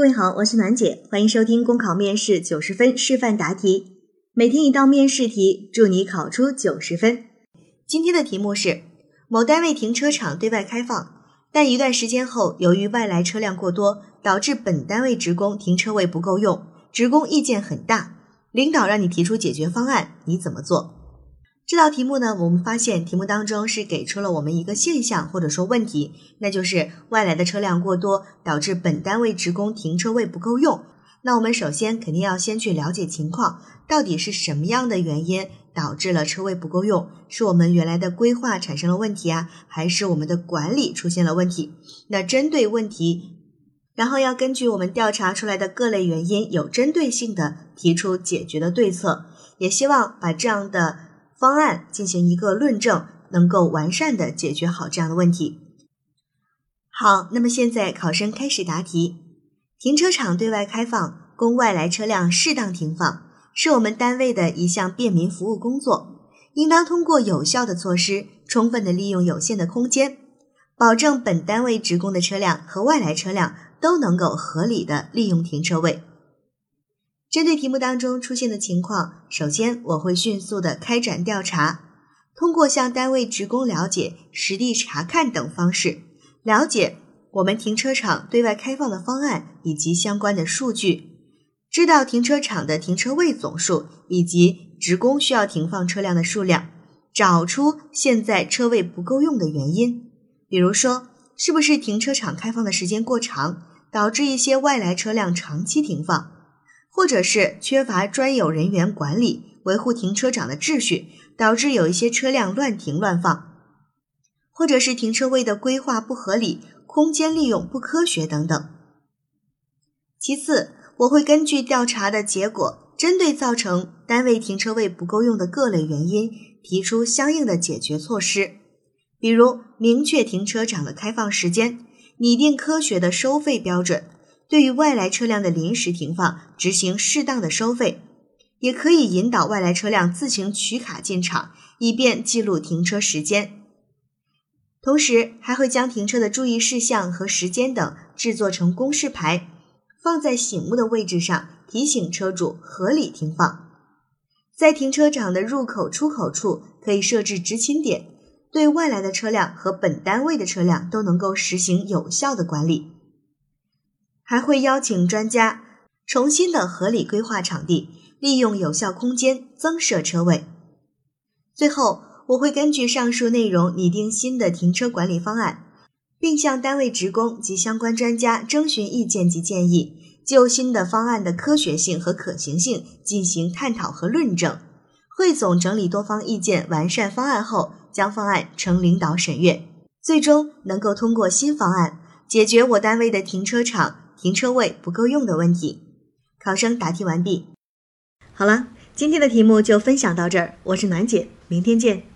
各位好，我是暖姐，欢迎收听公考面试90分示范答题，每天一道面试题，祝你考出90分。今天的题目是：某单位停车场对外开放，但一段时间后，由于外来车辆过多，导致本单位职工停车位不够用，职工意见很大，领导让你提出解决方案，你怎么做？这道题目呢，我们发现题目当中是给出了我们一个现象或者说问题，那就是外来的车辆过多，导致本单位职工停车位不够用。那我们首先肯定要先去了解情况，到底是什么样的原因导致了车位不够用？是我们原来的规划产生了问题啊，还是我们的管理出现了问题？那针对问题，然后要根据我们调查出来的各类原因，有针对性的提出解决的对策，也希望把这样的方案进行一个论证，能够完善的解决好这样的问题。好，那么现在考生开始答题。停车场对外开放，供外来车辆适当停放，是我们单位的一项便民服务工作，应当通过有效的措施，充分的利用有限的空间，保证本单位职工的车辆和外来车辆都能够合理的利用停车位。针对题目当中出现的情况，首先我会迅速的开展调查，通过向单位职工了解、实地查看等方式，了解我们停车场对外开放的方案以及相关的数据，知道停车场的停车位总数以及职工需要停放车辆的数量，找出现在车位不够用的原因，比如说是不是停车场开放的时间过长，导致一些外来车辆长期停放，或者是缺乏专有人员管理，维护停车场的秩序，导致有一些车辆乱停乱放，或者是停车位的规划不合理，空间利用不科学等等。其次，我会根据调查的结果，针对造成单位停车位不够用的各类原因，提出相应的解决措施，比如明确停车场的开放时间，拟定科学的收费标准，对于外来车辆的临时停放执行适当的收费，也可以引导外来车辆自行取卡进场，以便记录停车时间。同时还会将停车的注意事项和时间等制作成公示牌，放在醒目的位置上，提醒车主合理停放。在停车场的入口出口处可以设置执勤点，对外来的车辆和本单位的车辆都能够实行有效的管理。还会邀请专家重新的合理规划场地，利用有效空间增设车位。最后，我会根据上述内容拟定新的停车管理方案，并向单位职工及相关专家征询意见及建议，就新的方案的科学性和可行性进行探讨和论证，汇总整理多方意见，完善方案后，将方案呈领导审阅，最终能够通过新方案解决我单位的停车场停车位不够用的问题。考生答题完毕。好了，今天的题目就分享到这儿，我是暖姐，明天见。